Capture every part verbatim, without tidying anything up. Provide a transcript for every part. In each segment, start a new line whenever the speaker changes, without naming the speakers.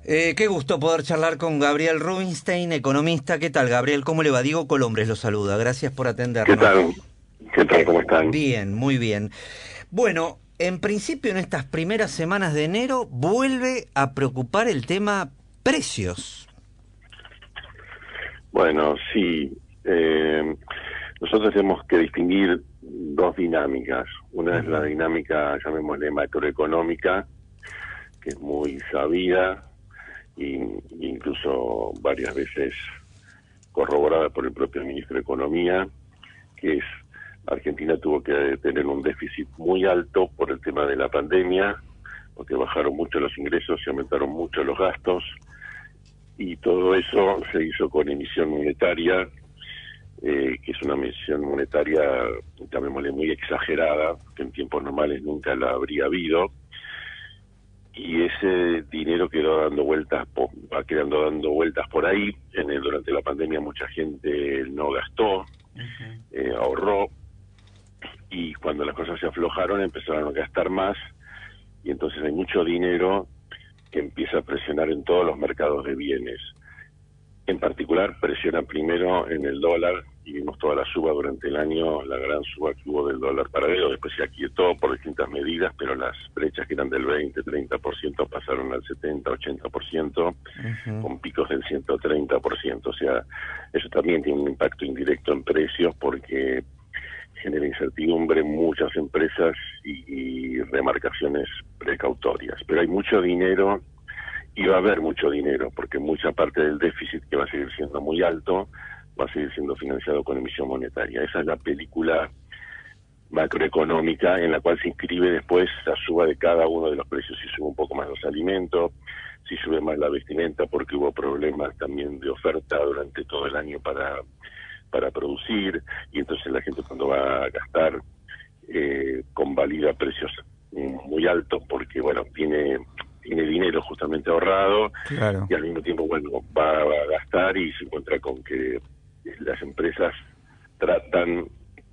Eh, qué gusto poder charlar con Gabriel Rubinstein, economista. ¿Qué tal, Gabriel? ¿Cómo le va? Diego Colombres lo saluda. Gracias por
¿Qué
atendernos.
tal? ¿Qué tal? ¿Cómo están?
Bien, muy bien. Bueno, en principio en estas primeras semanas de enero vuelve a preocupar el tema precios.
Bueno, sí. eh, nosotros tenemos que distinguir dos dinámicas. Una es la
Ujú.
dinámica, llamémosle macroeconómica, que es muy sabida e incluso varias veces corroborada por el propio ministro de Economía, que es Argentina tuvo que tener un déficit muy alto por el tema de la pandemia, porque bajaron mucho los ingresos y aumentaron mucho los gastos, y todo eso se hizo con emisión monetaria, eh, que es una emisión monetaria, llamémosle, muy exagerada, que en tiempos normales nunca la habría habido, y ese dinero quedó dando vueltas, po- va quedando dando vueltas por ahí. En el, durante la pandemia mucha gente no gastó,
Ujú.
eh, ahorró, y cuando las cosas se aflojaron empezaron a gastar más, y entonces hay mucho dinero que empieza a presionar en todos los mercados de bienes. En particular, presiona primero en el dólar, y vimos toda la suba durante el año, la gran suba que hubo del dólar paralelo. Después se aquietó por distintas medidas, pero las brechas que eran del veinte, treinta por ciento pasaron al setenta, ochenta por ciento,
Ujú.
con picos del ciento treinta por ciento. O sea, eso también tiene un impacto indirecto en precios porque genera incertidumbre en muchas empresas y, y remarcaciones precautorias. Pero hay mucho dinero, y va a haber mucho dinero, porque mucha parte del déficit, que va a seguir siendo muy alto, va a seguir siendo financiado con emisión monetaria. Esa es la película macroeconómica en la cual se inscribe después la suba de cada uno de los precios. Si sube un poco más los alimentos, si sube más la vestimenta, porque hubo problemas también de oferta durante todo el año para, para producir, y entonces la gente cuando va a gastar eh, convalida precios muy altos, porque bueno, tiene tiene dinero justamente ahorrado,
Claro.
y al mismo tiempo, bueno, va a gastar y se encuentra con que las empresas tratan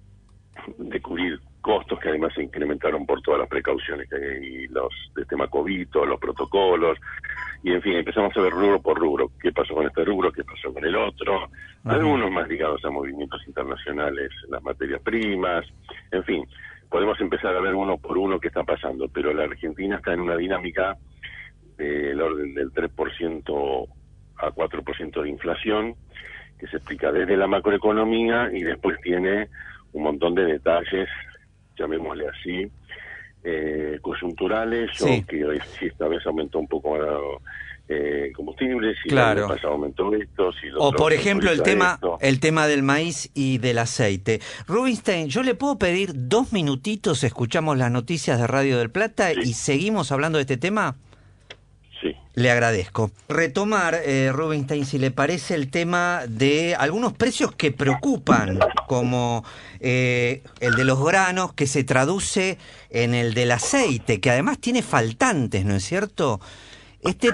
de cubrir costos que además se incrementaron por todas las precauciones que hay, los de tema COVID, todos los protocolos, y en fin, empezamos a ver rubro por rubro, qué pasó con este rubro, qué pasó con el otro,
Ujú.
algunos más ligados a movimientos internacionales, las materias primas, en fin, podemos empezar a ver uno por uno qué está pasando, pero la Argentina está en una dinámica del orden del tres por ciento a cuatro por ciento de inflación, que se explica desde la macroeconomía, y después tiene un montón de detalles, llamémosle así, eh, coyunturales, o
Sí,
que hoy sí esta vez aumentó un poco eh, combustible, si el año
claro.
pasado aumentó esto, si el
O
otro
por
se
ejemplo el
autoriza
tema,
esto.
el tema del maíz y del aceite. Rubinstein, ¿yo le puedo pedir dos minutitos? Escuchamos las noticias de Radio del Plata
Sí,
y seguimos hablando de este tema.
sí.
Le agradezco. Retomar, eh, Rubinstein, si le parece, el tema de algunos precios que preocupan, como eh, el de los granos, que se traduce en el del aceite, que además tiene faltantes, ¿no es cierto? Este,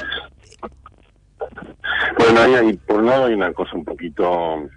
Bueno, ahí hay, por un lado hay una cosa un poquito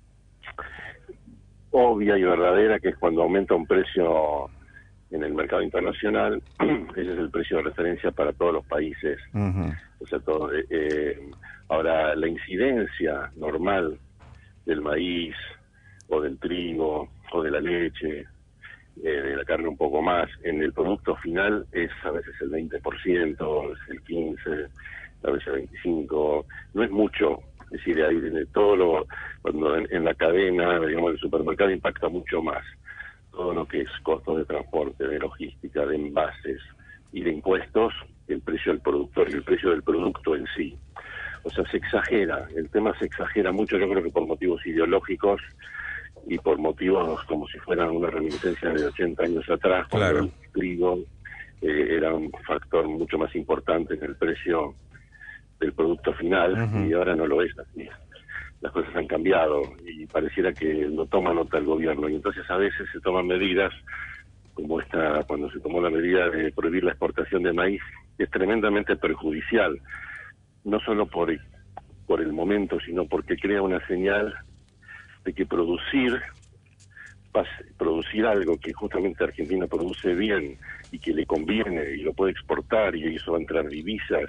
obvia y verdadera, que es cuando aumenta un precio en el mercado internacional, ese es el precio de referencia para todos los países.
Ujú.
O sea, todo, eh, eh, ahora, la incidencia normal del maíz, o del trigo, o de la leche, eh, de la carne un poco más, en el producto final es a veces el veinte por ciento, es el quince por ciento, a veces el veinticinco por ciento, no es mucho. Es decir, ahí de todo lo, cuando en, en la cadena, digamos, el supermercado impacta mucho más. Todo lo que es costos de transporte, de logística, de envases y de impuestos, el precio del productor y el precio del producto en sí. O sea, se exagera, el tema se exagera mucho, yo creo que por motivos ideológicos y por motivos como si fueran una reminiscencia de ochenta años atrás, cuando
Claro.
el trigo eh, era un factor mucho más importante en el precio del producto final,
Ujú.
y ahora no lo es así. Las cosas han cambiado y pareciera que no toma nota el gobierno, y entonces a veces se toman medidas como esta, cuando se tomó la medida de prohibir la exportación de maíz, que es tremendamente perjudicial, no solo por, por el momento, sino porque crea una señal de que producir producir algo que justamente Argentina produce bien y que le conviene y lo puede exportar, y eso va a entrar divisas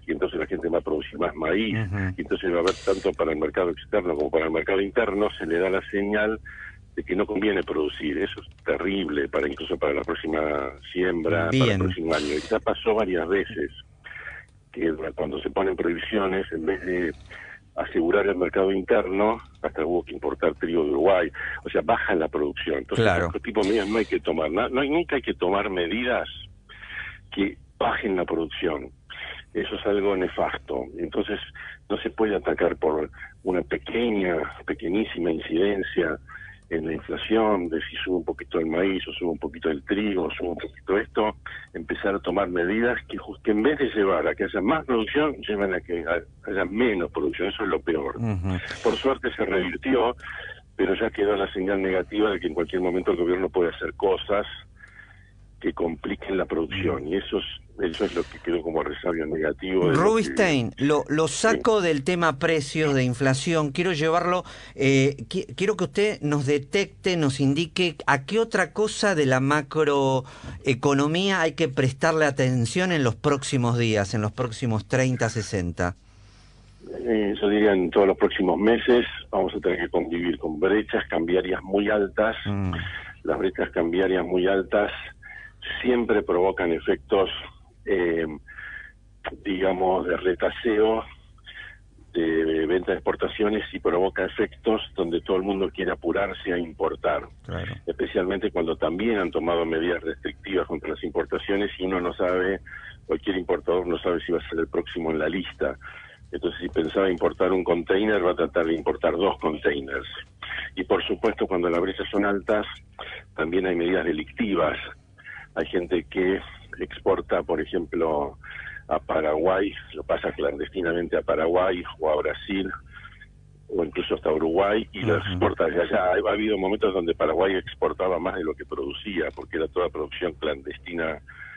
y entonces la gente va a producir más maíz,
Uh-huh.
y entonces va a haber tanto para el mercado externo como para el mercado interno, se le da la señal de que no conviene producir. Eso es terrible, para incluso para la próxima siembra,
Bien.
para el próximo año. Y ya pasó varias veces que cuando se ponen prohibiciones, en vez de asegurar el mercado interno, hasta hubo que importar trigo de Uruguay. O sea, baja la producción. Entonces,
Claro.
este tipo de medidas no hay que tomar. No, no hay, nunca hay que tomar medidas que bajen la producción. Eso es algo nefasto. Entonces, no se puede atacar por una pequeña, pequeñísima incidencia en la inflación, de si sube un poquito el maíz, o sube un poquito el trigo, o sube un poquito esto, empezar a tomar medidas que, que en vez de llevar a que haya más producción, llevan a que haya menos producción. Eso es lo peor.
Uh-huh.
Por suerte se revirtió, pero ya quedó la señal negativa de que en cualquier momento el gobierno puede hacer cosas que compliquen la producción, y eso es, eso es lo que quedó como resabio negativo. De
Rubinstein, lo, que... lo, lo saco sí. del tema precios, de inflación, quiero llevarlo, eh, qu quiero que usted nos detecte, nos indique a qué otra cosa de la macroeconomía hay que prestarle atención en los próximos días, en los próximos treinta, sesenta.
Eh, yo diría en todos los próximos meses vamos a tener que convivir con brechas cambiarias muy altas. Mm. Las brechas cambiarias muy altas siempre provocan efectos, eh, digamos, de retaseo, de venta de exportaciones, y provoca efectos donde todo el mundo quiere apurarse a importar. Claro. Especialmente cuando también han tomado medidas restrictivas contra las importaciones y uno no sabe, cualquier importador no sabe si va a ser el próximo en la lista. Entonces, si pensaba importar un container, va a tratar de importar dos containers. Y por supuesto, cuando las brechas son altas, también hay medidas delictivas. Hay gente que exporta, por ejemplo, a Paraguay, lo pasa clandestinamente a Paraguay o a Brasil, o incluso hasta Uruguay, y lo exporta desde allá. Ha habido momentos donde Paraguay exportaba más de lo que producía, porque era toda producción clandestina.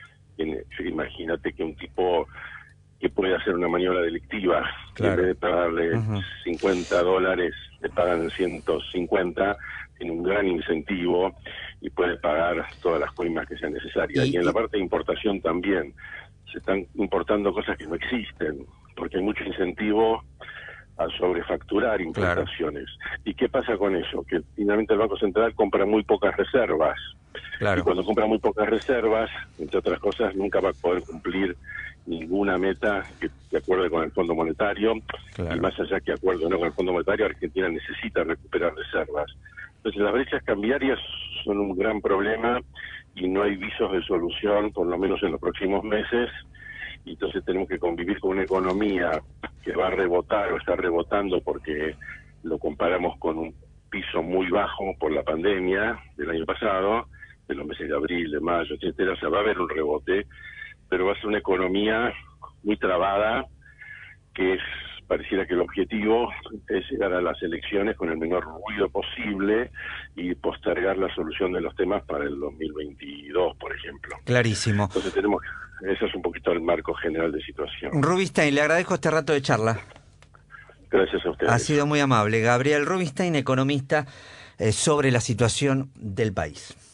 Imagínate que un tipo que puede hacer una maniobra delictiva, claro, en vez de pagarle uh-huh. cincuenta dólares, le pagan ciento cincuenta, tiene un gran incentivo y puede pagar todas las coimas que sean necesarias. Y, y en la parte de importación también se están importando cosas que no existen, porque hay mucho incentivo a sobrefacturar importaciones. Claro. ¿Y qué pasa con eso? Que finalmente el Banco Central compra muy pocas reservas. Claro. Y cuando compra muy pocas reservas, entre otras cosas, nunca va a poder cumplir ninguna meta que de acuerdo con el Fondo Monetario. Claro. Y más allá que acuerdo no con el Fondo Monetario, Argentina necesita recuperar reservas. Entonces las brechas cambiarias son un gran problema y no hay visos de solución, por lo menos en los próximos meses. Y entonces tenemos que convivir con una economía que va a rebotar o está rebotando porque lo comparamos con un piso muy bajo por la pandemia del año pasado, de los meses de abril, de mayo, etcétera. O sea, va a haber un rebote, pero va a ser una economía muy trabada, que es, pareciera que el objetivo es llegar a las elecciones con el menor ruido posible y postergar la solución de los temas para el dos mil veintidós, por ejemplo.
Clarísimo.
Entonces tenemos, eso es un poquito el marco general de situación.
Rubinstein, le agradezco este rato de charla.
Gracias a ustedes.
Ha sido muy amable. Gabriel Rubinstein, economista, eh, sobre la situación del país.